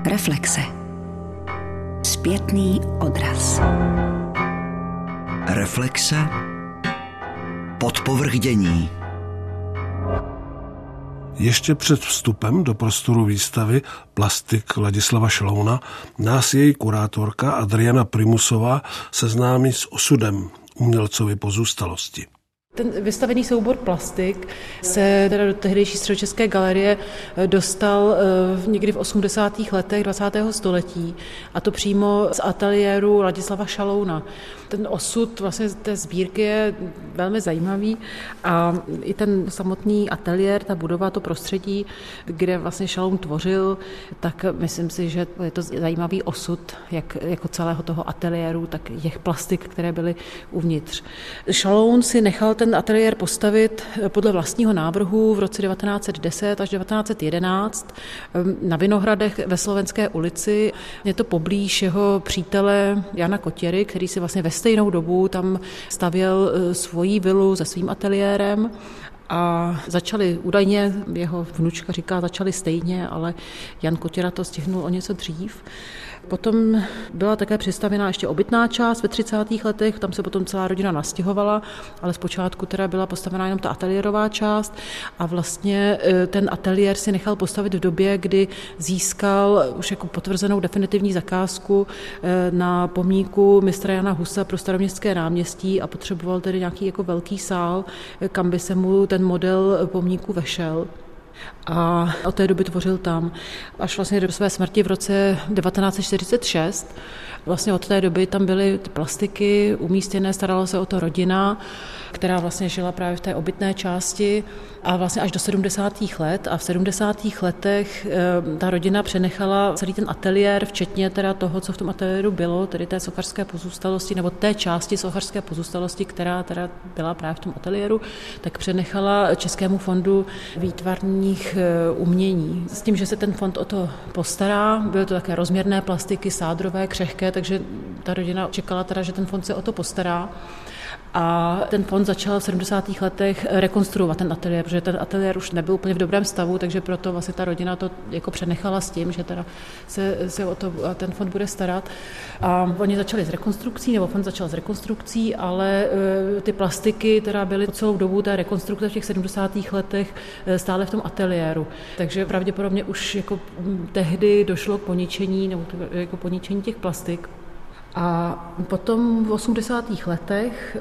Reflexe. Zpětný odraz. Reflexe. Podpovrchdění. Ještě před vstupem do prostoru výstavy Plastik Ladislava Šalouna nás její kurátorka Adriana Primusová seznámí s osudem umělcovy pozůstalosti. Ten vystavený soubor Plastik se teda do tehdejší Středočeské galerie dostal někdy v 80. letech 20. století, a to přímo z ateliéru Ladislava Šalouna. Ten osud vlastně té sbírky je velmi zajímavý a i ten samotný ateliér, ta budova, to prostředí, kde vlastně Šaloun tvořil, tak myslím si, že je to zajímavý osud jak jako celého toho ateliéru, tak těch plastik, které byly uvnitř. Šaloun si nechal ten ateliér postavit podle vlastního návrhu v roce 1910 až 1911 na Vinohradech ve Slovenské ulici. Je to poblíž jeho přítele Jana Kotěry, který si vlastně ve stejnou dobu tam stavěl svoji vilu se svým ateliérem. A začali údajně, jeho vnučka říká, začali stejně, ale Jan Kotěra to stihnul o něco dřív. Potom byla také přistavěna ještě obytná část ve 30. letech, tam se potom celá rodina nastěhovala, ale zpočátku teda byla postavená jenom ta ateliérová část a vlastně ten ateliér si nechal postavit v době, kdy získal už jako potvrzenou definitivní zakázku na pomníku mistra Jana Husa pro Staroměstské náměstí a potřeboval tedy nějaký jako velký sál, kam by se mu ten model pomníku vešel. A od té doby tvořil tam až vlastně do své smrti v roce 1946. Vlastně od té doby tam byly ty plastiky umístěné, starala se o to rodina, která vlastně žila právě v té obytné části a vlastně až do 70. let. A v 70. letech ta rodina přenechala celý ten ateliér, včetně teda toho, co v tom ateliéru bylo, tedy té sochařské pozůstalosti, nebo té části sochařské pozůstalosti, která teda byla právě v tom ateliéru, tak přenechala Českému fondu výtvarných umění. S tím, že se ten fond o to postará, byly to také rozměrné plastiky, sádrové, křehké, takže ta rodina čekala teda, že ten fond se o to postará. A ten fond začal v 70. letech rekonstruovat ten ateliér, protože ten ateliér už nebyl úplně v dobrém stavu, takže proto vlastně ta rodina to jako přenechala s tím, že teda se o to ten fond bude starat. A oni začali s rekonstrukcí, nebo fond začal s rekonstrukcí, ale ty plastiky teda byly celou dobu té rekonstrukce v těch 70. letech stále v tom ateliéru. Takže pravděpodobně už jako tehdy došlo k poničení, nebo jako poničení těch plastik. A potom v 80. letech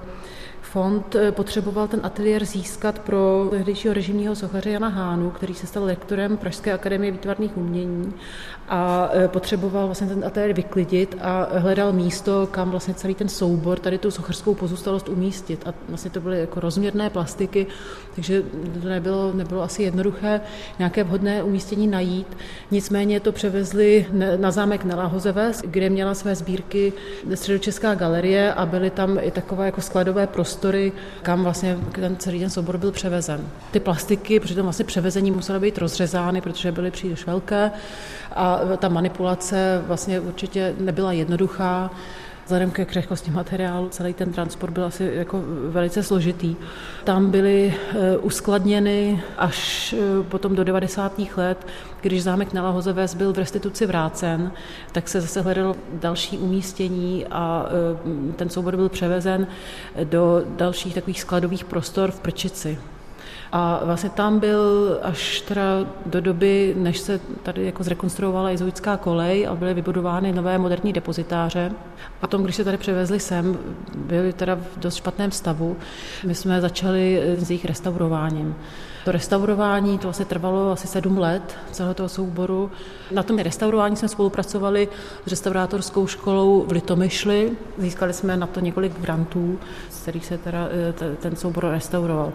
fond potřeboval ten ateliér získat pro tehdejšího režimního sochaře Jana Hánu, který se stal lektorem Pražské akademie výtvarných umění a potřeboval vlastně ten ateliér vyklidit a hledal místo, kam vlastně celý ten soubor, tady tu sochařskou pozůstalost umístit. A vlastně to byly jako rozměrné plastiky, takže to nebylo asi jednoduché nějaké vhodné umístění najít. Nicméně to převezli na zámek Nelahozeves, kde měla své sbírky Středočeská galerie a byly tam i takové jako skladové prostory, kam vlastně celý ten soubor byl převezen. Ty plastiky při tom vlastně převezení musely být rozřezány, protože byly příliš velké a ta manipulace vlastně určitě nebyla jednoduchá. Vzhledem ke křehkosti materiálu celý ten transport byl asi jako velice složitý. Tam byly uskladněny až potom do 90. let, když zámek Nelahozeves byl v restituci vrácen, tak se zase hledalo další umístění a ten soubor byl převezen do dalších takových skladových prostor v Prčici. A vlastně tam byl až teda do doby, než se tady jako zrekonstruovala jezuitská kolej a byly vybudovány nové moderní depozitáře. Potom, když se tady převezli sem, byly teda v dost špatném stavu. My jsme začali s jejich restaurováním. To restaurování to vlastně trvalo asi 7 let celého toho souboru. Na tom restaurování jsme spolupracovali s restaurátorskou školou v Litomyšli. Získali jsme na to několik grantů, z kterých se teda ten soubor restauroval.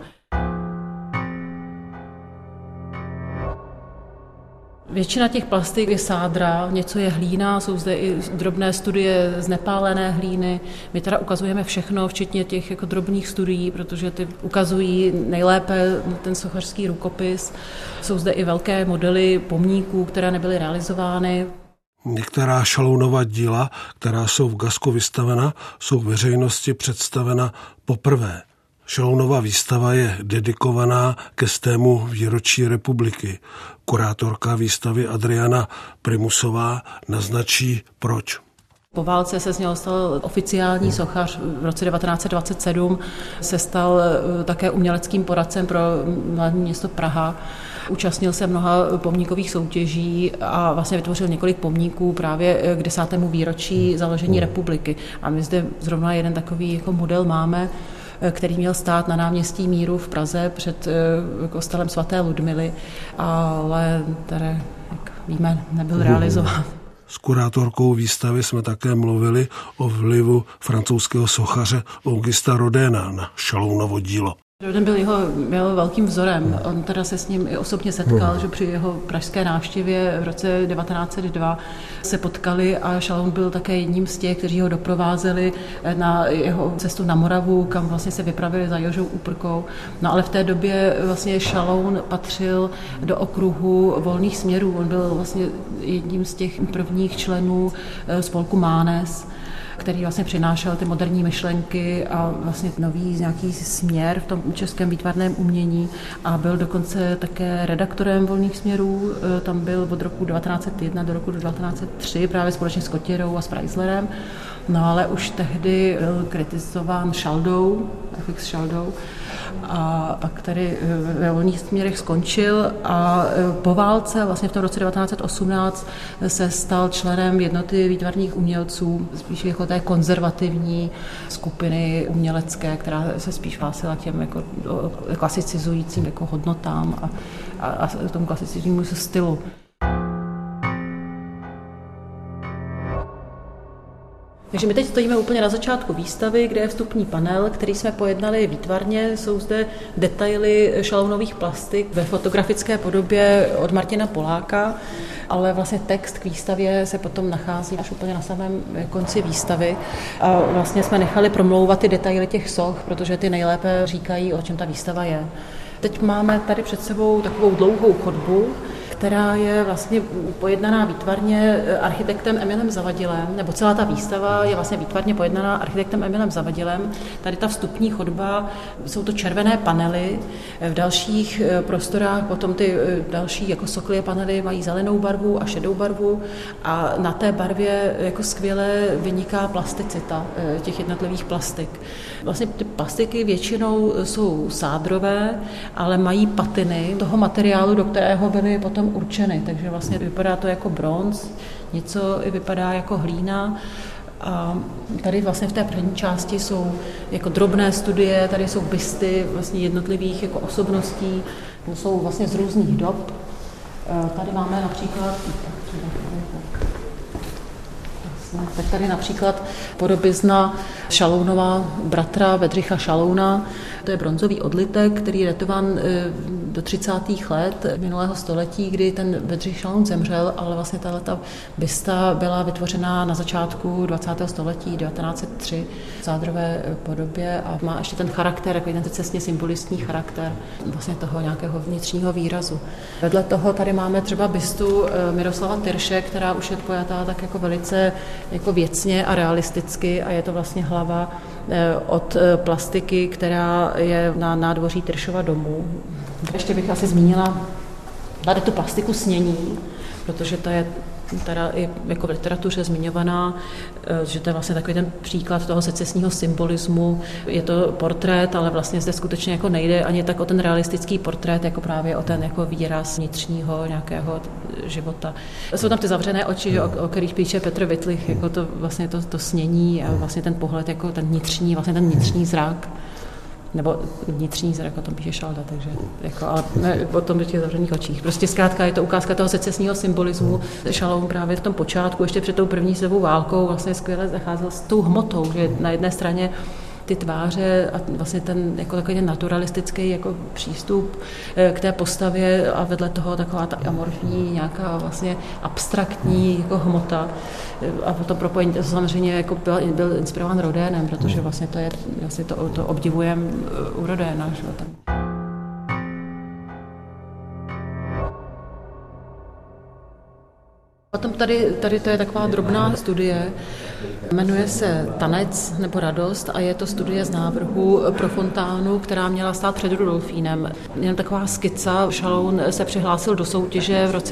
Většina těch plastik je sádra, něco je hlína, jsou zde i drobné studie z nepálené hlíny. My teda ukazujeme všechno, včetně těch jako drobných studií, protože ty ukazují nejlépe ten sochařský rukopis. Jsou zde i velké modely pomníků, které nebyly realizovány. Některá Šalounova díla, která jsou v Gasku vystavena, jsou veřejnosti představena poprvé. Šalounova výstava je dedikovaná ke 100. výročí republiky. Kurátorka výstavy Adriana Primusová naznačí proč. Po válce se z něho stal oficiální sochař. V roce 1927 se stal také uměleckým poradcem pro hlavní město Praha. Účastnil se mnoha pomníkových soutěží a vlastně vytvořil několik pomníků právě k 10. výročí založení republiky. A my zde zrovna jeden takový jako model máme, který měl stát na náměstí Míru v Praze před kostelem svaté Ludmily, ale tady, jak víme, nebyl realizován. S kurátorkou výstavy jsme také mluvili o vlivu francouzského sochaře Augusta Rodina na Šalounovo dílo. Rodin byl velkým vzorem. On teda se s ním i osobně setkal, že při jeho pražské návštěvě v roce 1902 se potkali a Šaloun byl také jedním z těch, kteří ho doprovázeli na jeho cestu na Moravu, kam vlastně se vypravili za Jožou Úprkou. No ale v té době vlastně Šaloun patřil do okruhu volných směrů. On byl vlastně jedním z těch prvních členů spolku Mánes, který vlastně přinášel ty moderní myšlenky a vlastně nový nějaký směr v tom českém výtvarném umění a byl dokonce také redaktorem volných směrů. Tam byl od roku 1901 do roku 1903 právě společně s Kotěrou a s Preislerem. No ale už tehdy byl kritizován Šaldou, FX Šaldou, a pak tady ve volných směrech skončil a po válce vlastně v tom roce 1918 se stal členem jednoty výtvarných umělců, spíš jako té konzervativní skupiny umělecké, která se spíš hlásila těm jako klasicizujícím jako hodnotám a tomu klasiciznímu stylu. Takže my teď stojíme úplně na začátku výstavy, kde je vstupní panel, který jsme pojednali výtvarně. Jsou zde detaily šalounových plastik ve fotografické podobě od Martina Poláka, ale vlastně text k výstavě se potom nachází až úplně na samém konci výstavy. A vlastně jsme nechali promlouvat ty detaily těch soch, protože ty nejlépe říkají, o čem ta výstava je. Teď máme tady před sebou takovou dlouhou chodbu, která je vlastně pojednaná výtvarně architektem Emilem Zavadilem, nebo celá ta výstava je vlastně výtvarně pojednaná architektem Emilem Zavadilem. Tady ta vstupní chodba, jsou to červené panely, v dalších prostorách potom ty další jako soklie panely mají zelenou barvu a šedou barvu a na té barvě jako skvěle vyniká plasticita těch jednotlivých plastik. Vlastně ty plastiky většinou jsou sádrové, ale mají patiny toho materiálu, do kterého byly potom určeny, takže vlastně vypadá to jako bronz, něco vypadá jako hlína. A tady vlastně v té první části jsou jako drobné studie, tady jsou bysty vlastně jednotlivých jako osobností, jsou vlastně z různých dob. Tady máme například tak tady například podobizna Šalounova bratra Bedřicha Šalouna. To je bronzový odlitek, který je datován do 30. let minulého století, kdy ten Bedřich Šaloun zemřel, ale vlastně tato bysta byla vytvořena na začátku 20. století 1903 v sádrové podobě a má ještě ten charakter, jako ten cestně symbolistní charakter vlastně toho nějakého vnitřního výrazu. Vedle toho tady máme třeba bystu Miroslava Tyrše, která už je pojatá tak jako velice jako věcně a realisticky a je to vlastně hlava od plastiky, která je na nádvoří Tyršova domu. Ještě bych asi zmínila tady tu plastiku snění, protože to je teda i jako v literatuře zmiňovaná, že to je vlastně takový ten příklad toho secesního symbolismu. Je to portrét, ale vlastně zde skutečně jako nejde ani tak o ten realistický portrét, jako právě o ten jako výraz vnitřního nějakého života. Jsou tam ty zavřené oči, o kterých píše Petr Wittlich, jako to vlastně to snění a vlastně ten pohled jako ten vnitřní zrak. Nebo vnitřní zrak, o tom píše Šalda, takže jako, ale ne o tom těch zavřených očích. Prostě zkrátka je to ukázka toho secesního symbolismu. Šaloun právě v tom počátku, ještě před tou první světovou válkou, vlastně skvěle zacházel s tou hmotou, že na jedné straně ty tváře a vlastně ten jako takový ten naturalistický jako přístup k té postavě a vedle toho taková ta amorfní, nějaká vlastně abstraktní jako hmota. A potom propojení to samozřejmě jako byl inspirován Rodénem, protože vlastně to je vlastně to obdivujeme u Rodéna. Potom tady to je taková drobná studie, Jmenuje se Tanec nebo radost a je to studie z návrhu pro fontánu, která měla stát před Rudolfínem. Jen taková skica. Šaloun se přihlásil do soutěže v roce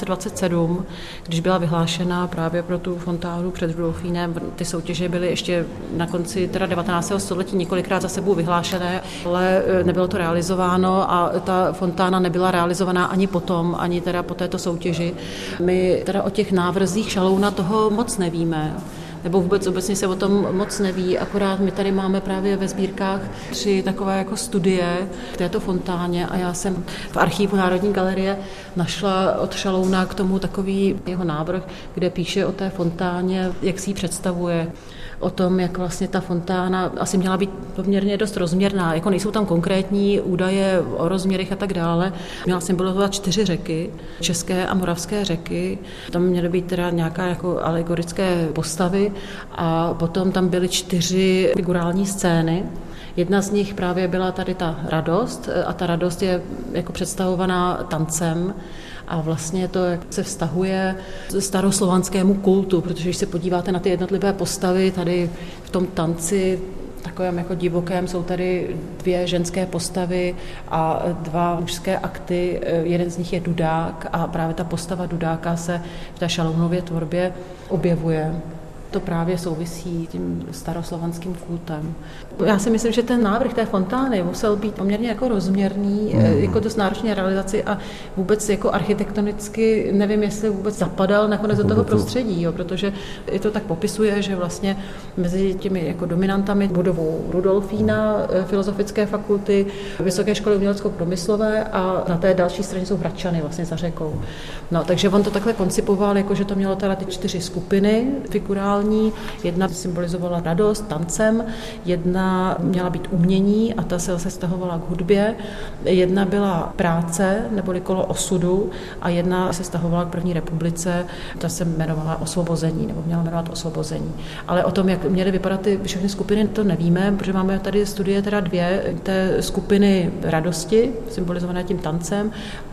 1927, když byla vyhlášena právě pro tu fontánu před Rudolfínem. Ty soutěže byly ještě na konci 19. století několikrát za sebou vyhlášené, ale nebylo to realizováno a ta fontána nebyla realizovaná ani potom, ani teda po této soutěži. My teda o těch návrzích Šalouna toho moc nevíme. Nebo vůbec obecně se o tom moc neví, akorát my tady máme právě ve sbírkách 3 takové jako studie k této fontáně a já jsem v archivu Národní galerie našla od Šalouna k tomu takový jeho návrh, kde píše o té fontáně, jak si ji představuje, o tom, jak vlastně ta fontána asi měla být poměrně dost rozměrná, jako nejsou tam konkrétní údaje o rozměrech a tak dále. Měla symbolizovat 4 řeky, české a moravské řeky, tam měly být teda nějaká jako alegorické postavy a potom tam byly 4 figurální scény. Jedna z nich právě byla tady ta radost a ta radost je jako představovaná tancem a vlastně to se vztahuje staroslovanskému kultu, protože když se podíváte na ty jednotlivé postavy tady v tom tanci, takovém jako divokém, jsou tady 2 ženské postavy a 2 mužské akty. Jeden z nich je dudák a právě ta postava dudáka se v té Šalounově tvorbě objevuje. To právě souvisí tím staroslovanským kultem. Já si myslím, že ten návrh té fontány musel být poměrně jako rozměrný, jako dost náročné realizaci a vůbec jako architektonicky nevím, jestli vůbec zapadal nakonec do toho prostředí, jo, protože i to tak popisuje, že vlastně mezi těmi jako dominantami budovou Rudolfína, Filozofické fakulty, Vysoké školy umělecko-průmyslové a na té další straně jsou Hradčany vlastně za řekou. No, takže on to takhle koncipoval, jako že to mělo teda ty 4 skupiny figurální. Jedna symbolizovala radost tancem, jedna měla být umění a ta se zase vztahovala k hudbě, jedna byla práce neboli kolo osudu a jedna se vztahovala k první republice, ta se jmenovala osvobození nebo měla jmenovat osvobození. Ale o tom, jak měly vypadat ty všechny skupiny, to nevíme, protože máme tady studie teda 2, té skupiny radosti, symbolizované tím tancem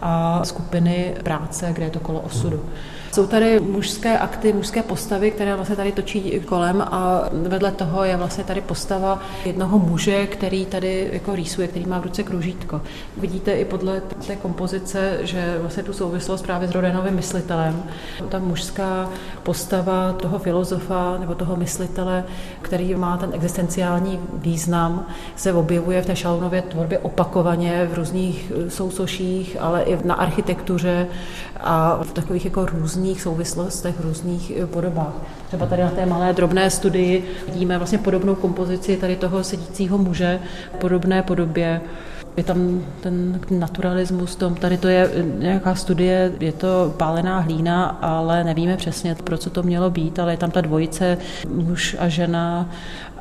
a skupiny práce, kde je to kolo osudu. Jsou tady mužské akty, mužské postavy, které vlastně tady točí kolem a vedle toho je vlastně tady postava jednoho muže, který tady jako rýsuje, který má v ruce kružítko. Vidíte i podle té kompozice, že vlastně tu souvislost právě s Rodénovým myslitelem. Ta mužská postava toho filozofa nebo toho myslitele, který má ten existenciální význam, se objevuje v té Šalounově tvorbě opakovaně v různých sousoších, ale i na architektuře a v takových jako různých souvislostech, v různých podobách. Třeba tady na té malé drobné studii vidíme vlastně podobnou kompozici tady toho sedícího muže v podobné podobě. Je tam ten naturalismus, tady to je nějaká studie, je to pálená hlína, ale nevíme přesně, pro co to mělo být, ale je tam ta dvojice, muž a žena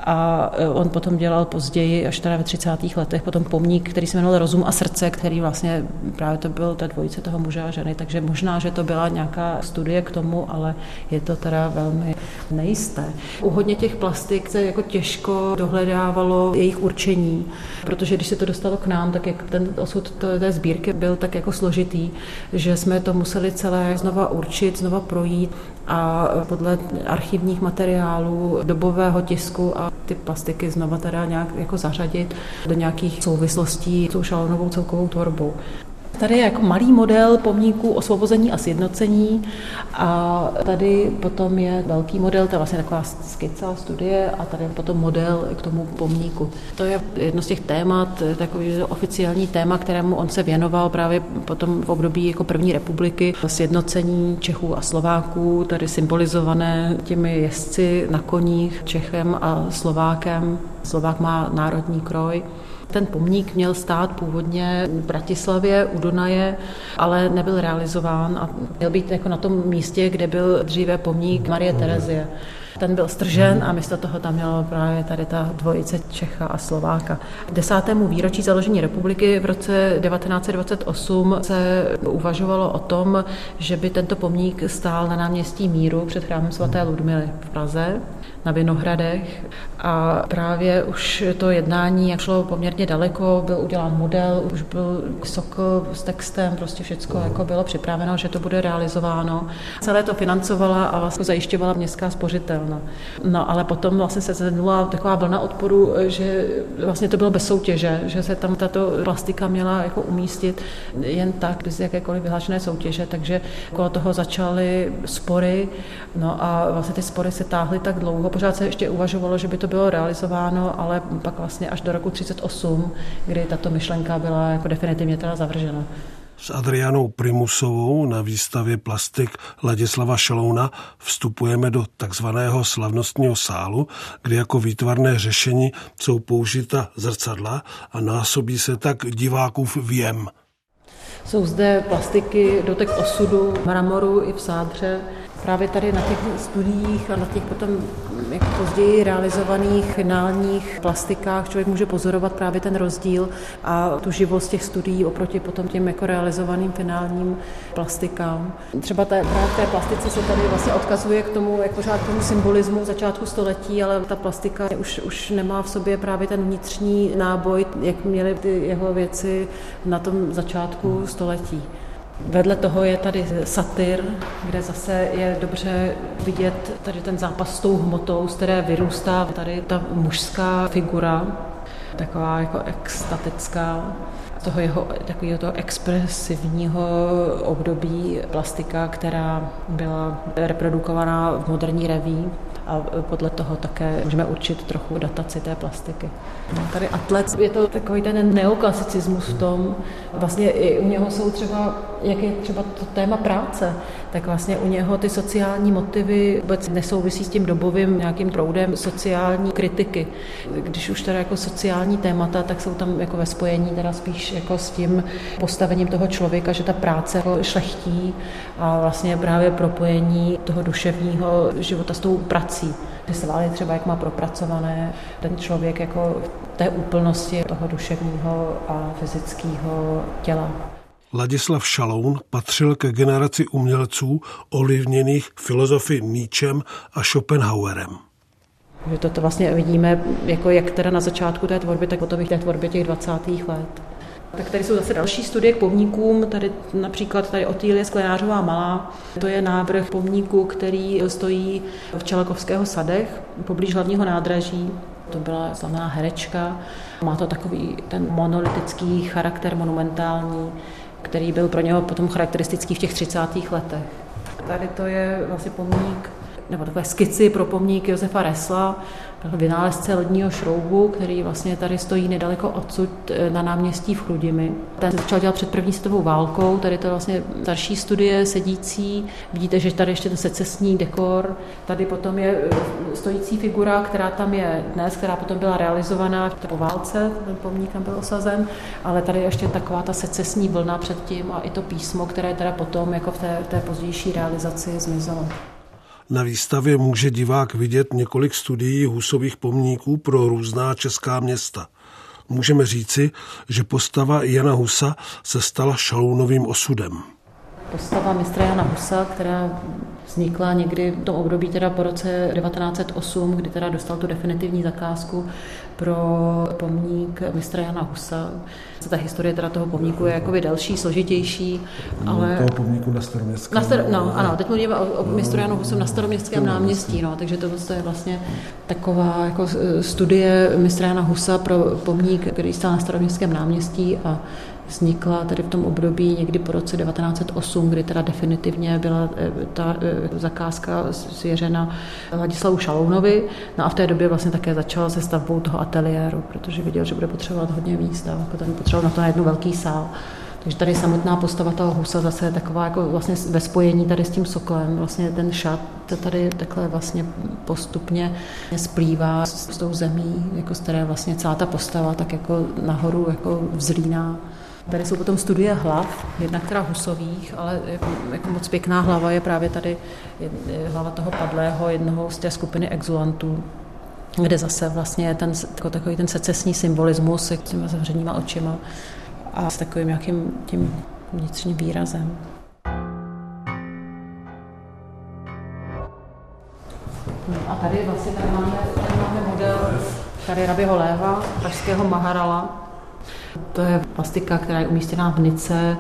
a on potom dělal později, až teda ve 30. letech, potom pomník, který se jmenoval Rozum a srdce, který vlastně právě to byl ta dvojice toho muže a ženy, takže možná, že to byla nějaká studie k tomu, ale je to teda velmi nejisté. U hodně těch plastik se jako těžko dohledávalo jejich určení, protože když se to dostalo k nám, tak jak ten osud té sbírky byl tak jako složitý, že jsme to museli celé znova určit, znova projít a podle archivních materiálů, dobového tisku a ty plastiky znova teda nějak jako zařadit do nějakých souvislostí s tou Šalounovou celkovou tvorbou. Tady je jako malý model pomníku osvobození a sjednocení a tady potom je velký model, to je vlastně taková skica, studie a tady je potom model k tomu pomníku. To je jedno z těch témat, takový oficiální téma, kterému on se věnoval právě potom v období jako první republiky, sjednocení Čechů a Slováků, tady symbolizované těmi jezdci na koních Čechem a Slovákem. Slovák má národní kroj. Ten pomník měl stát původně v Bratislavě u Dunaje, ale nebyl realizován a měl být jako na tom místě, kde byl dříve pomník Marie Terezie. Ten byl stržen a místo toho tam mělo právě tady ta dvojice Čecha a Slováka. K 10. výročí založení republiky v roce 1928 se uvažovalo o tom, že by tento pomník stál na náměstí Míru před chrámem svaté Ludmily v Praze, na Vinohradech a právě už to jednání šlo poměrně daleko, byl udělán model, už byl sokl s textem, prostě všecko jako bylo připraveno, že to bude realizováno. Celé to financovala a vlastně zajišťovala městská spořitelna. udržitelná. No ale potom vlastně se zvednula taková vlna odporu, že vlastně to bylo bez soutěže, že se tam tato plastika měla jako umístit jen tak, bez jakékoliv vyhlášené soutěže, takže okolo toho začaly spory, no a vlastně ty spory se táhly tak dlouho, pořád se ještě uvažovalo, že by to bylo realizováno, ale pak vlastně až do roku 1938, kdy tato myšlenka byla jako definitivně teda zavržena. S Adrianou Primusovou na výstavě Plastik Ladislava Šalouna vstupujeme do takzvaného slavnostního sálu, kde jako výtvarné řešení jsou použita zrcadla a násobí se tak divákův věm. Jsou zde plastiky dotek osudu, mramoru i v sádře. Právě tady na těch studiích a na těch potom jako později realizovaných finálních plastikách člověk může pozorovat právě ten rozdíl a tu živost těch studií oproti potom těm jako realizovaným finálním plastikám. Třeba právě v té plastice se tady vlastně odkazuje k tomu, jak pořád tomu symbolismu začátku století, ale ta plastika už nemá v sobě právě ten vnitřní náboj, jak měly ty jeho věci na tom začátku století. Vedle toho je tady satyr, kde zase je dobře vidět tady ten zápas s tou hmotou, z které vyrůstá tady ta mužská figura, taková jako extatická, toho jeho takového toho expresivního období plastika, která byla reprodukovaná v moderní reví. A podle toho také můžeme určit trochu dataci té plastiky. Tady atlet, je to takový ten neoklasicismus v tom, vlastně i u něho jsou třeba, jak je třeba to téma práce, tak vlastně u něho ty sociální motivy vůbec nesouvisí s tím dobovým nějakým proudem sociální kritiky. Když už teda jako sociální témata, tak jsou tam jako ve spojení teda spíš jako s tím postavením toho člověka, že ta práce jako šlechtí a vlastně právě propojení toho duševního života s tou prací. Ty svaly třeba, jak má propracované ten člověk jako v té úplnosti toho duševního a fyzického těla. Ladislav Šaloun patřil ke generaci umělců ovlivněných filozofy Nietzschem a Schopenhauerem. Že to vlastně vidíme, jako jak teda na začátku té tvorby, tak potom i v té tvorbě těch 20. let. Tak tady jsou zase další studie k pomníkům, tady například tady Otýlie Sklenářová Malá. To je návrh pomníku, který stojí v Čelakovského sadech, poblíž hlavního nádraží. To byla slavná herečka. Má to takový ten monolitický charakter monumentální, který byl pro něho potom charakteristický v těch 30. letech. Tady to je vlastně pomník, nebo takové skici pro pomník Josefa Ressla, vynálezce ledního šroubu, který vlastně tady stojí nedaleko odsud na náměstí v Chrudimi. Ten se začal dělat před první světovou válkou, tady to je vlastně starší studie sedící. Vidíte, že tady ještě ten secesní dekor. Tady potom je stojící figura, která tam je dnes, která potom byla realizovaná po válce, ten pomník tam byl osazen, ale tady je ještě taková ta secesní vlna předtím a i to písmo, které teda potom jako v té pozdější realizaci zmizelo. Na výstavě může divák vidět několik studií Husových pomníků pro různá česká města. Můžeme říci, že postava Jana Husa se stala Šalounovým osudem. Postava mistra Jana Husa, která vznikla někdy v tom období teda po roce 1908, kdy teda dostal tu definitivní zakázku pro pomník mistra Jana Husa. Ta historie teda toho pomníku je jakoby delší, složitější, ale... Toho pomníku na Staroměstském. Ano, teď mluvíme o mistru Janu Husem na Staroměstském náměstí, no, takže to je vlastně taková jako studie mistra Jana Husa pro pomník, který stál na Staroměstském náměstí a vznikla tady v tom období někdy po roce 1908, kdy teda definitivně byla ta zakázka svěřena Ladislavu Šalounovi. No a v té době vlastně také začala se stavbou toho ateliéru, protože viděl, že bude potřebovat hodně míst a jako tady potřeboval na to jednu velký sál. Takže tady samotná postava toho Husa zase je taková jako vlastně ve spojení tady s tím soklem. Vlastně ten šat tady takhle vlastně postupně splývá s tou zemí, jako z které vlastně celá ta postava tak jako nahoru jako vzlíná. Tady jsou potom studie hlav, jedna která Husových, ale jako moc pěkná hlava je právě tady hlava toho padlého, jednoho z té skupiny exulantů, kde zase vlastně je takový ten secesní symbolismus s těma zavřenýma očima a s takovým nějakým tím vnitřním výrazem. A tady vlastně tady máme model tady Rabiho Léva, pražského Maharala. To je plastika, která je umístěná v nice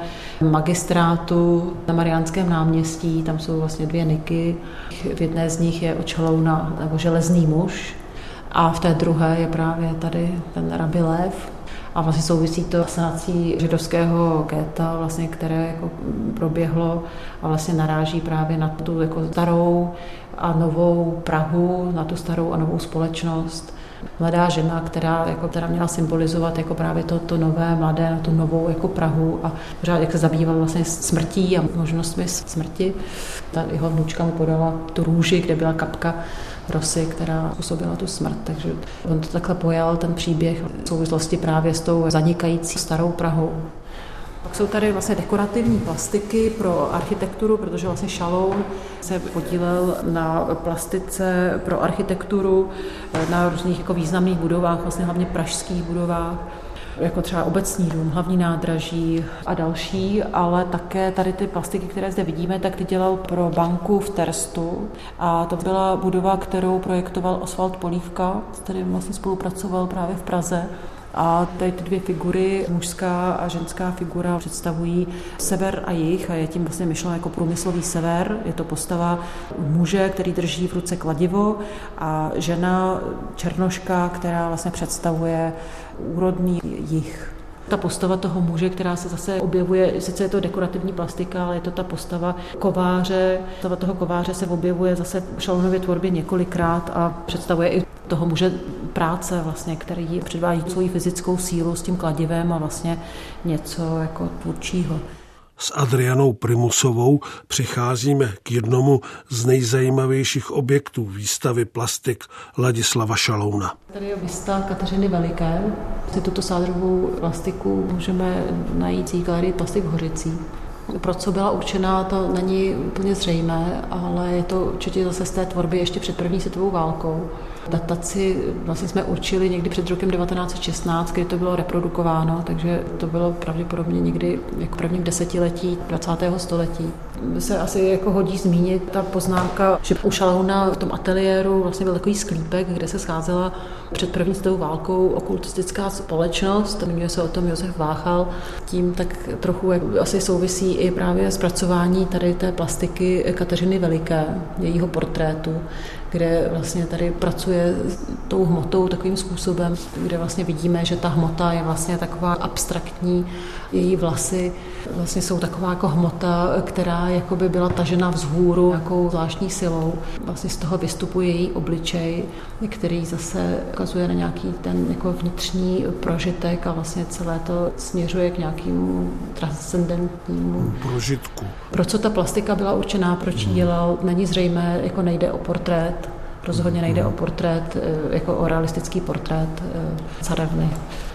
magistrátu na Mariánském náměstí. Tam jsou vlastně 2 niky. V jedné z nich je od Šalouna nebo železný muž a v té druhé je právě tady ten Rabbi Lev. A vlastně souvisí to s asanací židovského ghetta, vlastně, které jako proběhlo a vlastně naráží právě na tu jako starou a novou Prahu, na tu starou a novou společnost. Mladá žena, která měla symbolizovat jako právě to nové, mladé, na tu novou jako Prahu a pořád jak se zabýval vlastně smrtí a možnostmi smrti. Ta jeho vnučka mu podala tu růži, kde byla kapka rosy, která způsobila tu smrt. Takže on to takhle pojal, ten příběh v souvislosti právě s tou zanikající starou Prahou. Pak jsou tady vlastně dekorativní plastiky pro architekturu, protože vlastně Šaloun se podílel na plastice pro architekturu na různých jako významných budovách, vlastně hlavně pražských budovách, jako třeba Obecní dům, Hlavní nádraží a další, ale také tady ty plastiky, které zde vidíme, tak ty dělal pro banku v Terstu a to byla budova, kterou projektoval Osvald Polívka, s kterým vlastně spolupracoval právě v Praze. A tady ty 2 figury, mužská a ženská figura, představují sever a jih a je tím vlastně myšleno jako průmyslový sever. Je to postava muže, který drží v ruce kladivo a žena černoška, která vlastně představuje úrodný jih. Ta postava toho muže, která se zase objevuje, sice je to dekorativní plastika, ale je to ta postava kováře. Postava toho kováře se objevuje zase v Šalounově tvorbě několikrát a představuje i toho muže práce, vlastně, který předvádí svoji fyzickou sílu s tím kladivem a vlastně něco jako tvůrčího. S Adrianou Primusovou přicházíme k jednomu z nejzajímavějších objektů výstavy plastik Ladislava Šalouna. Tady je bysta Kateřiny Veliké. Tuto sádrovou plastiku můžeme najít v galerii Plastik v Hořicích. Pro co byla určená, to není úplně zřejmé, ale je to určitě zase z té tvorby ještě před první světovou válkou. Dataci vlastně jsme určili někdy před rokem 1916, kdy to bylo reprodukováno, takže to bylo pravděpodobně někdy jako prvním desetiletí 20. století. Se asi jako hodí zmínit ta poznámka, že u Šalouna v tom ateliéru vlastně byl takový sklípek, kde se scházela před první světovou válkou okultistická společnost, jmenuje se o tom Josef Váchal, tím tak trochu asi souvisí i právě zpracování tady té plastiky Kateřiny Veliké, jejího portrétu, kde vlastně tady pracuje s tou hmotou takovým způsobem, kde vlastně vidíme, že ta hmota je vlastně taková abstraktní, její vlasy vlastně jsou taková jako hmota, která jakoby byla tažena vzhůru nějakou zvláštní silou. Vlastně z toho vystupuje její obličej, který zase ukazuje na nějaký ten jako vnitřní prožitek a vlastně celé to směřuje k nějakému transcendentnímu prožitku. Pro co ta plastika byla určená, proč ji dělal, není zřejmé, jako nejde o portrét, rozhodně nejde o portrét, jako o realistický portrét carevny.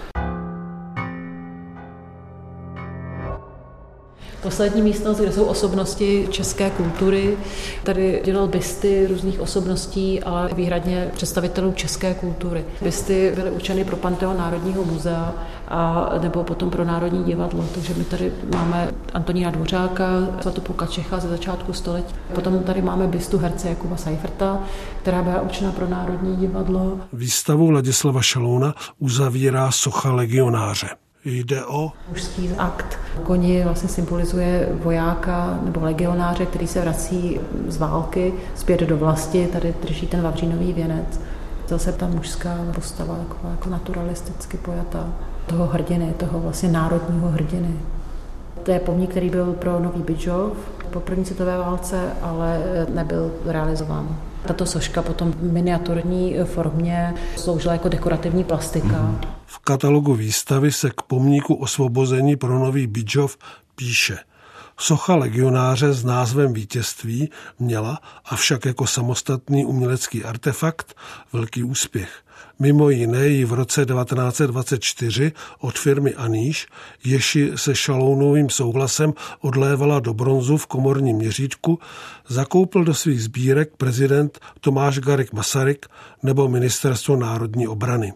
Poslední místnost, kde jsou osobnosti české kultury. Tady dělal bysty různých osobností, ale výhradně představitelů české kultury. Bysty byly určeny pro Panteon Národního muzea a nebo potom pro Národní divadlo. Takže my tady máme Antonína Dvořáka, Svatopluka Čecha ze začátku století. Potom tady máme bystu herce Jakuba Seiferta, která byla určena pro Národní divadlo. Výstavu Ladislava Šalouna uzavírá socha legionáře. Jde o mužský akt. Koni vlastně symbolizuje vojáka nebo legionáře, který se vrací z války zpět do vlasti. Tady drží ten vavřínový věnec. Zase ta mužská postava, taková jako naturalisticky pojatá. Toho hrdiny, toho vlastně národního hrdiny. To je pomník, který byl pro Nový Bydžov po první světové válce, ale nebyl realizován. Tato soška potom v miniaturní formě sloužila jako dekorativní plastika. V katalogu výstavy se k pomníku osvobození pro Nový Bydžov píše: socha legionáře s názvem Vítězství měla, avšak jako samostatný umělecký artefakt, velký úspěch. Mimo jiné ji v roce 1924 od firmy Aníš, jež se Šalounovým souhlasem odlévala do bronzu v komorním měřítku, zakoupil do svých sbírek prezident Tomáš Garrigue Masaryk nebo Ministerstvo národní obrany.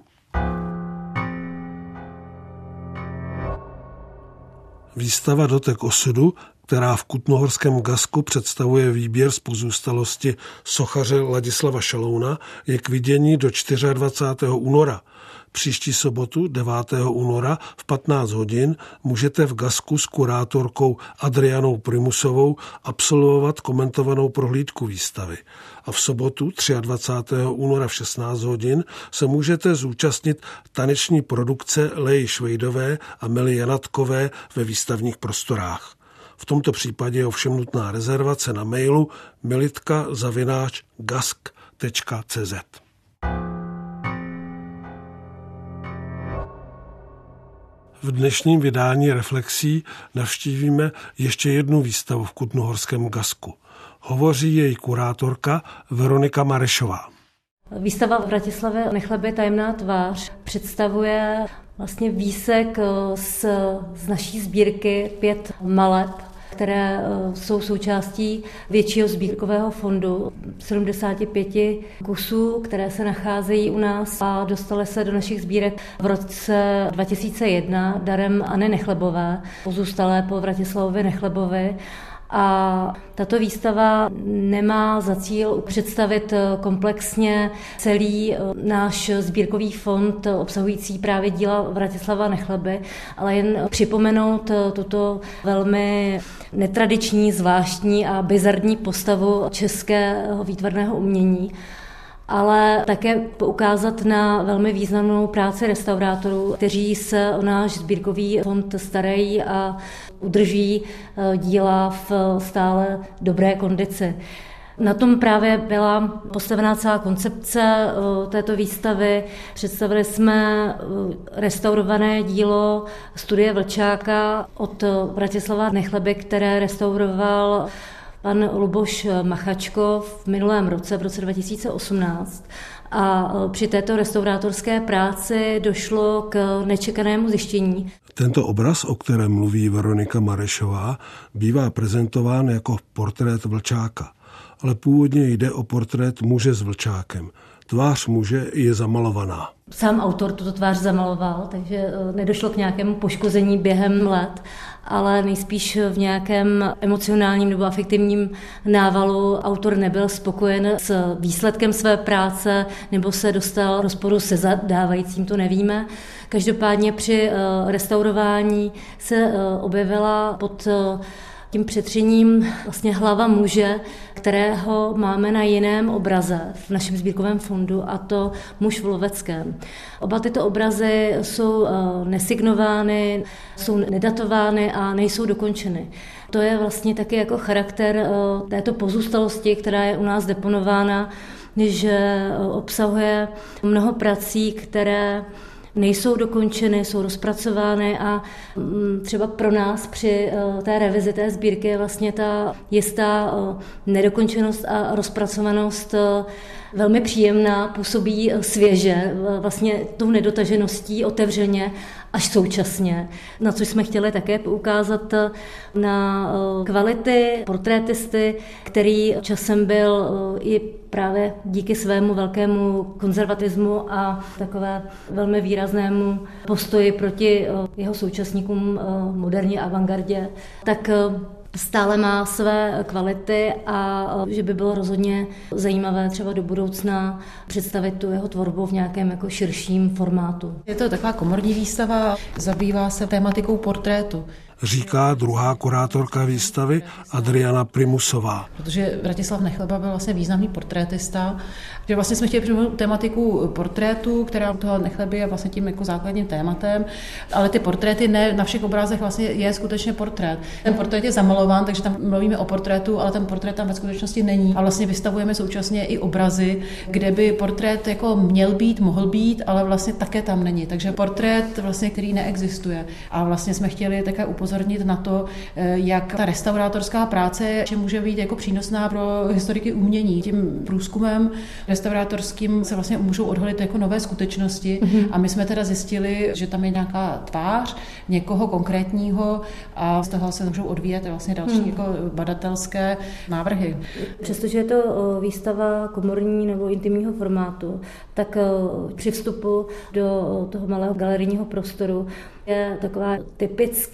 Výstava Dotek osudu, která v Kutnohorském Gasku představuje výběr z pozůstalosti sochaře Ladislava Šalouna, je k vidění do 24. února. Příští sobotu 9. února v 15 hodin můžete v Gasku s kurátorkou Adrianou Primusovou absolvovat komentovanou prohlídku výstavy. A v sobotu 23. února v 16 hodin se můžete zúčastnit taneční produkce Leji Švejdové a Mily Janatkové ve výstavních prostorách. V tomto případě je ovšem nutná rezervace na mailu militka@gask.cz. V dnešním vydání Reflexí navštívíme ještě jednu výstavu v Kutnohorském Gasku. Hovoří její kurátorka Veronika Marešová. Výstava v Bratislavě Nechleby tajemná tvář představuje vlastně výsek z naší sbírky 5 maleb, které jsou součástí většího sbírkového fondu 75 kusů, které se nacházejí u nás a dostaly se do našich sbírek v roce 2001 darem Anny Nechlebové, pozůstalé po Vratislavově Nechlebovi. A tato výstava nemá za cíl představit komplexně celý náš sbírkový fond obsahující právě díla Vratislava Nechleby, ale jen připomenout tuto velmi netradiční, zvláštní a bizarní postavu českého výtvarného umění, ale také poukázat na velmi významnou práci restaurátorů, kteří se o náš sbírkový fond starají a udrží díla v stále dobré kondici. Na tom právě byla postavená celá koncepce této výstavy. Představili jsme restaurované dílo studie Vlčáka od Vratislava Nechleby, které restauroval pan Luboš Machačko v minulém roce, v roce 2018. A při této restaurátorské práci došlo k nečekanému zjištění. Tento obraz, o kterém mluví Veronika Marešová, bývá prezentován jako portrét Vlčáka. Ale původně jde o portrét muže s vlčákem. Tvář muže je zamalovaná. Sám autor tuto tvář zamaloval, takže nedošlo k nějakému poškození během let, ale nejspíš v nějakém emocionálním nebo afektivním návalu autor nebyl spokojen s výsledkem své práce nebo se dostal do rozporu se zadávajícím, to nevíme. Každopádně při restaurování se objevila pod tím přetřením vlastně hlava muže, kterého máme na jiném obraze v našem sbírkovém fondu, a to muž v loveckém. Oba tyto obrazy jsou nesignovány, jsou nedatovány a nejsou dokončeny. To je vlastně taky jako charakter této pozůstalosti, která je u nás deponována, že obsahuje mnoho prací, které nejsou dokončeny, jsou rozpracovány a třeba pro nás při té revizi té sbírky je vlastně ta jistá nedokončenost a rozpracovanost velmi příjemná, působí svěže, vlastně tou nedotažeností otevřeně až současně. Na co jsme chtěli také poukázat na kvality portrétisty, který časem byl i právě díky svému velkému konzervatismu a takové velmi výraznému postoji proti jeho současníkům moderní avantgardě, tak stále má své kvality a že by bylo rozhodně zajímavé třeba do budoucna představit tu jeho tvorbu v nějakém jako širším formátu. Je to taková komorní výstava, zabývá se tématikou portrétu. Říká druhá kurátorka výstavy Adriana Primusová. Protože Vratislav Nechleba byl vlastně významný portrétista, že vlastně jsme chtěli přijmout tematiku portrétu, která toho Nechleby je vlastně tím jako základním tématem, ale ty portréty ne na všech obrázech vlastně je skutečně portrét. Ten portrét je zamalován, takže tam mluvíme o portrétu, ale ten portrét tam ve skutečnosti není. A vlastně vystavujeme současně i obrazy, kde by portrét jako měl být, mohl být, ale vlastně také tam není. Takže portrét vlastně, který neexistuje. A vlastně jsme chtěli také upozornit na to, jak ta restaurátorská práce že může být jako přínosná pro historiky umění. Tím průzkumem restaurátorským se vlastně můžou odhalit jako nové skutečnosti a my jsme teda zjistili, že tam je nějaká tvář někoho konkrétního a z toho se můžou odvíjet vlastně další jako badatelské návrhy. Přestože je to výstava komorní nebo intimního formátu, tak při vstupu do toho malého galerijního prostoru je taková typicky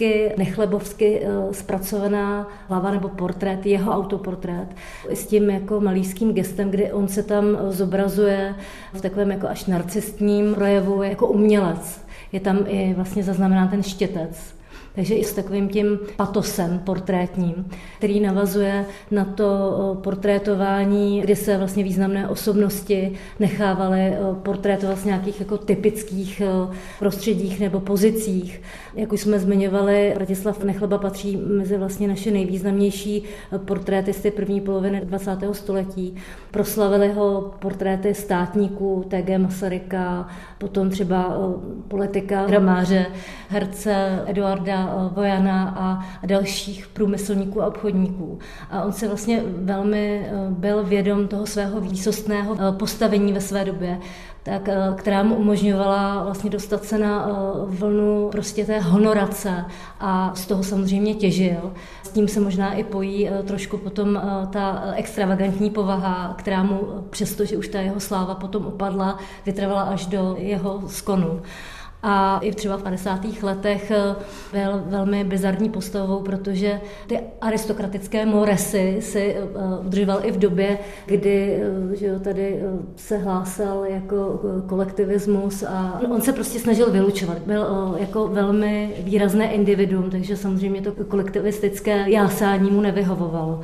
nechlebovsky zpracovaná hlava nebo portrét, jeho autoportrét, s tím jako malířským gestem, kdy on se tam zobrazuje v takovém jako až narcistním projevu jako umělec. Je tam i vlastně zaznamenán ten štětec. Takže i s takovým tím patosem portrétním, který navazuje na to portrétování, kdy se vlastně významné osobnosti nechávaly portrétovat z nějakých jako typických prostředích nebo pozicích. Jak už jsme zmiňovali, Vratislav Nechleba patří mezi vlastně naše nejvýznamnější portrétisty první poloviny 20. století. Proslavili ho portréty státníků T.G. Masaryka, potom třeba politika, dramáře, herce Eduarda Vojana a dalších průmyslníků a obchodníků. A on se vlastně velmi byl vědom toho svého výsostného postavení ve své době, tak, která mu umožňovala vlastně dostat se na vlnu prostě té honorace a z toho samozřejmě těžil. S tím se možná i pojí trošku potom ta extravagantní povaha, která mu, přestože už ta jeho sláva potom upadla, vytrvala až do jeho skonu. A i třeba v 50. letech byl velmi bizarní postavou, protože ty aristokratické moresy si udržoval i v době, kdy že jo, tady se hlásal jako kolektivismus a on se prostě snažil vylučovat. Byl jako velmi výrazné individuum, takže samozřejmě to kolektivistické jásání mu nevyhovovalo.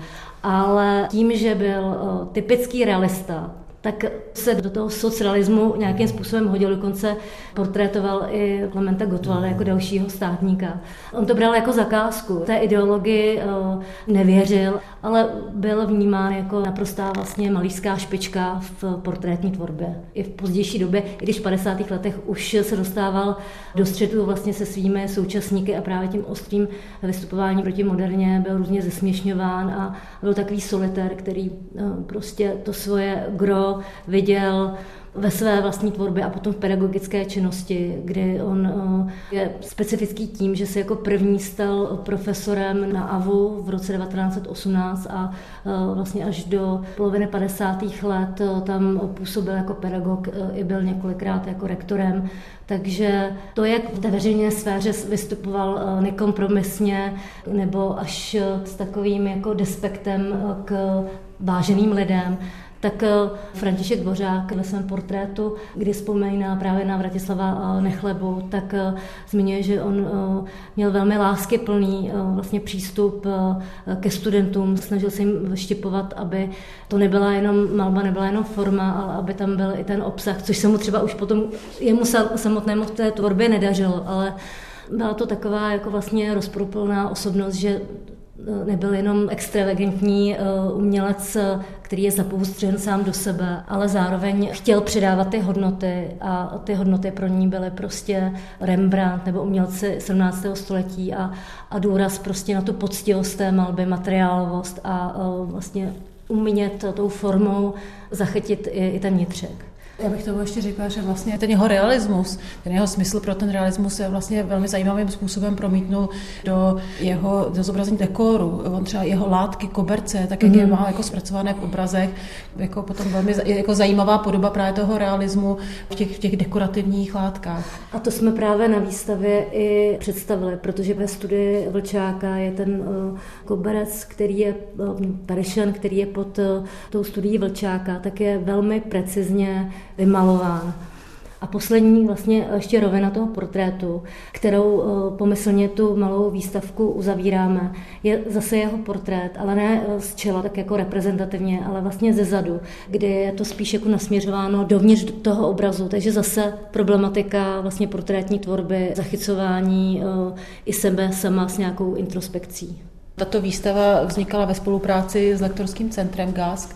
Ale tím, že byl typický realista, tak se do toho socrealismu nějakým způsobem hodil, dokonce portrétoval i Klementa Gottwalda jako dalšího státníka. On to bral jako zakázku, té ideologii nevěřil, ale byl vnímán jako naprostá vlastně malířská špička v portrétní tvorbě. I v pozdější době, i když v 50. letech už se dostával do střetu vlastně se svými současníky a právě tím ostrým vystupováním proti moderně byl různě zesměšňován a byl takový solitér, který prostě to svoje gro viděl ve své vlastní tvorbě a potom v pedagogické činnosti, kdy on je specifický tím, že se jako první stal profesorem na AVU v roce 1918 a vlastně až do poloviny 50. let tam působil jako pedagog i byl několikrát jako rektorem. Takže to, jak v té veřejné sféře vystupoval nekompromisně nebo až s takovým jako despektem k váženým lidem, tak František Dvořák ve svém portrétu, kdy vzpomíná právě na Vratislava Nechlebu, tak zmiňuje, že on měl velmi láskyplný vlastně přístup ke studentům, snažil se jim vštěpovat, aby to nebyla jenom malba, nebyla jenom forma, ale aby tam byl i ten obsah, což se mu třeba už potom jemu samotnému v té tvorbě nedařilo, ale byla to taková jako vlastně rozporuplná osobnost, že nebyl jenom extravagantní umělec, který je zapoustřen sám do sebe, ale zároveň chtěl předávat ty hodnoty a ty hodnoty pro ní byly prostě Rembrandt nebo umělci 17. století a důraz prostě na tu poctivost té malby, materiálovost a vlastně umět tou formou zachytit i ten vnitřek. Já bych tomu ještě řekla, že vlastně ten jeho realismus, ten jeho smysl pro ten realismus se vlastně velmi zajímavým způsobem promítnul do jeho zobrazení dekoru. On třeba jeho látky, koberce, tak jak je má jako zpracované v obrazech, jako potom velmi jako zajímavá podoba právě toho realismu v těch dekorativních látkách. A to jsme právě na výstavě i představili, protože ve studii Vlčáka je ten koberec, který je Perešen, který je pod tou studií Vlčáka, tak je velmi precizně vymalován. A poslední vlastně ještě rovina toho portrétu, kterou pomyslně tu malou výstavku uzavíráme, je zase jeho portrét, ale ne z čela tak jako reprezentativně, ale vlastně ze zadu, kdy je to spíš jako nasměřováno dovnitř toho obrazu. Takže zase problematika vlastně portrétní tvorby, zachycování i sebe sama s nějakou introspekcí. Tato výstava vznikala ve spolupráci s lektorským centrem GASK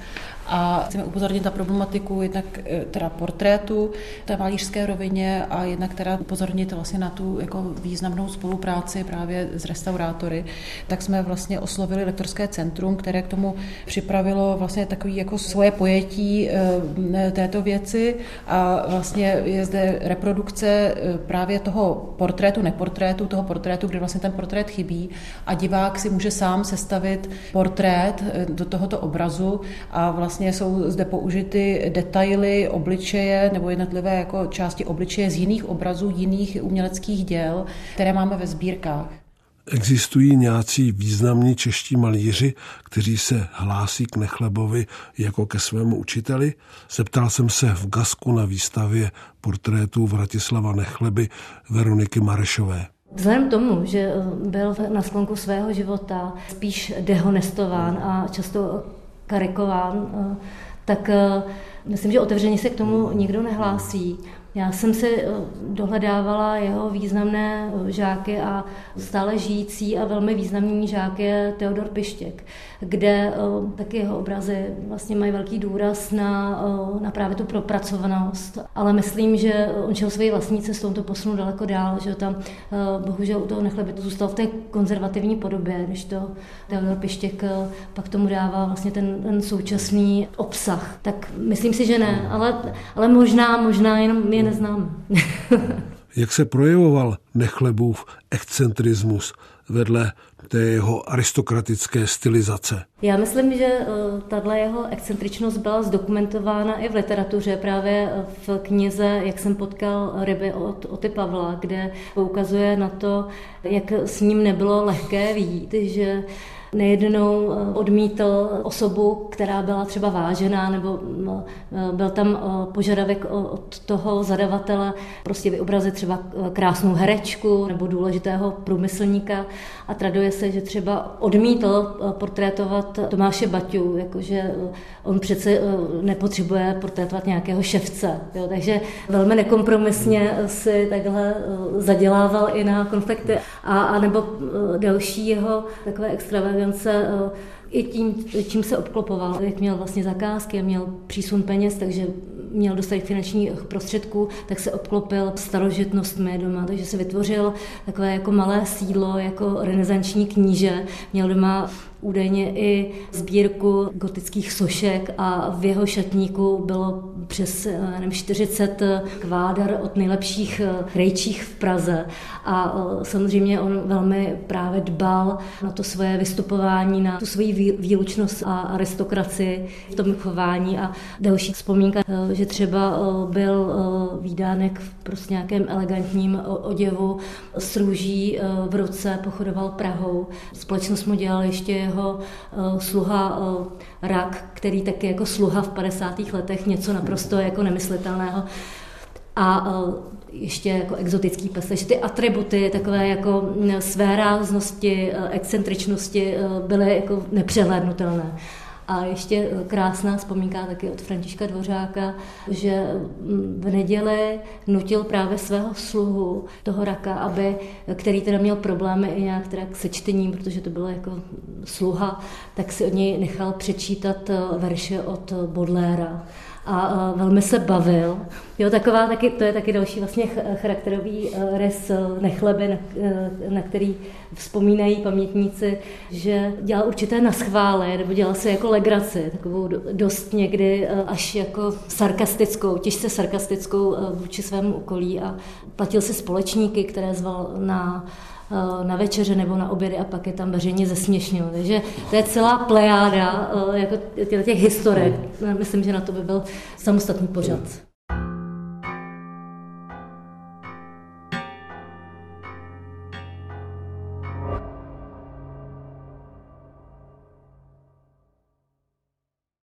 a chceme upozornit na problematiku jednak teda portrétu té malířské rovině a jednak teda upozornit vlastně na tu jako významnou spolupráci právě s restaurátory. Tak jsme vlastně oslovili lektorské centrum, které k tomu připravilo vlastně takový jako svoje pojetí této věci a vlastně je zde reprodukce právě toho portrétu, neportrétu, toho portrétu, kde vlastně ten portrét chybí a divák si může sám sestavit portrét do tohoto obrazu a vlastně jsou zde použity detaily obličeje nebo jednotlivé jako části obličeje z jiných obrazů, jiných uměleckých děl, které máme ve sbírkách. Existují nějací významní čeští malíři, kteří se hlásí k Nechlebovi jako ke svému učiteli? Zeptal jsem se v Gasku na výstavě portrétů Vratislava Nechleby Veroniky Marešové. Vzhledem k tomu, že byl na sklonku svého života spíš dehonestován a často karikován, tak myslím, že otevřeně se k tomu nikdo nehlásí. Já jsem si dohledávala jeho významné žáky a stále žijící a velmi významný žák je Teodor Pištěk, kde taky jeho obrazy vlastně mají velký důraz na právě tu propracovanost. Ale myslím, že on šel svojí vlastní cestou, on to posunul daleko dál, že tam bohužel u toho Nechleby to zůstal v té konzervativní podobě, když to Teodor Pištěk pak tomu dává vlastně ten současný obsah. Tak myslím si, že ne, ale možná jenom je neznáme. Jak se projevoval Nechlebův excentrismus vedle té jeho aristokratické stylizace? Já myslím, že tato jeho excentričnost byla zdokumentována i v literatuře, právě v knize Jak jsem potkal ryby od Oty Pavla, kde poukazuje na to, jak s ním nebylo lehké vyjít, že nejednou odmítl osobu, která byla třeba vážená, nebo byl tam požadavek od toho zadavatele prostě vyobrazit třeba krásnou herečku nebo důležitého průmyslníka a traduje se, že třeba odmítl portrétovat Tomáše Baťu, jakože on přece nepotřebuje portrétovat nějakého ševce. Jo, takže velmi nekompromisně si takhle zadělával i na konflikty a nebo další jeho takové extravagance i tím, čím se obklopoval. Jak měl vlastně zakázky a měl přísun peněz, takže měl dostatek finančních prostředků, tak se obklopil starožitnostmi doma, takže se vytvořil takové jako malé sídlo, jako renesanční kníže. Měl doma údajně i sbírku gotických sošek a v jeho šatníku bylo přes 40 kváder od nejlepších krejčích v Praze. A samozřejmě on velmi právě dbal na to svoje vystupování, na tu svoji výlučnost a aristokracii v tom chování. A další vzpomínka, že třeba byl vídánek v prostě nějakém elegantním oděvu s růží v ruce, pochodoval Prahou. Společnost mu dělal ještě jeho sluha Rak, který taky jako sluha v 50. letech něco naprosto jako nemyslitelného. A ještě jako exotický pes, že ty atributy takové jako své ráznosti, excentričnosti byly jako nepřehlédnutelné. A ještě krásná vzpomínka taky od Františka Dvořáka, že v neděli nutil právě svého sluhu, toho Raka, který teda měl problémy i nějak teda se čtením, protože to bylo jako sluha, tak si od něj nechal přečítat verše od Baudelaira. A velmi se bavil. Jo, to je taky další vlastně charakterový rys Nechleby, na který vzpomínají pamětníci, že dělal určité naschvály, nebo dělal se jako legraci, takovou dost někdy až jako sarkastickou, těžce sarkastickou vůči svému okolí a platil si společníky, které zval na večeře nebo na obědy a pak je tam veřejně zesměšnil. Takže to je celá plejáda jako těch historek. Myslím, že na to by byl samostatný pořad.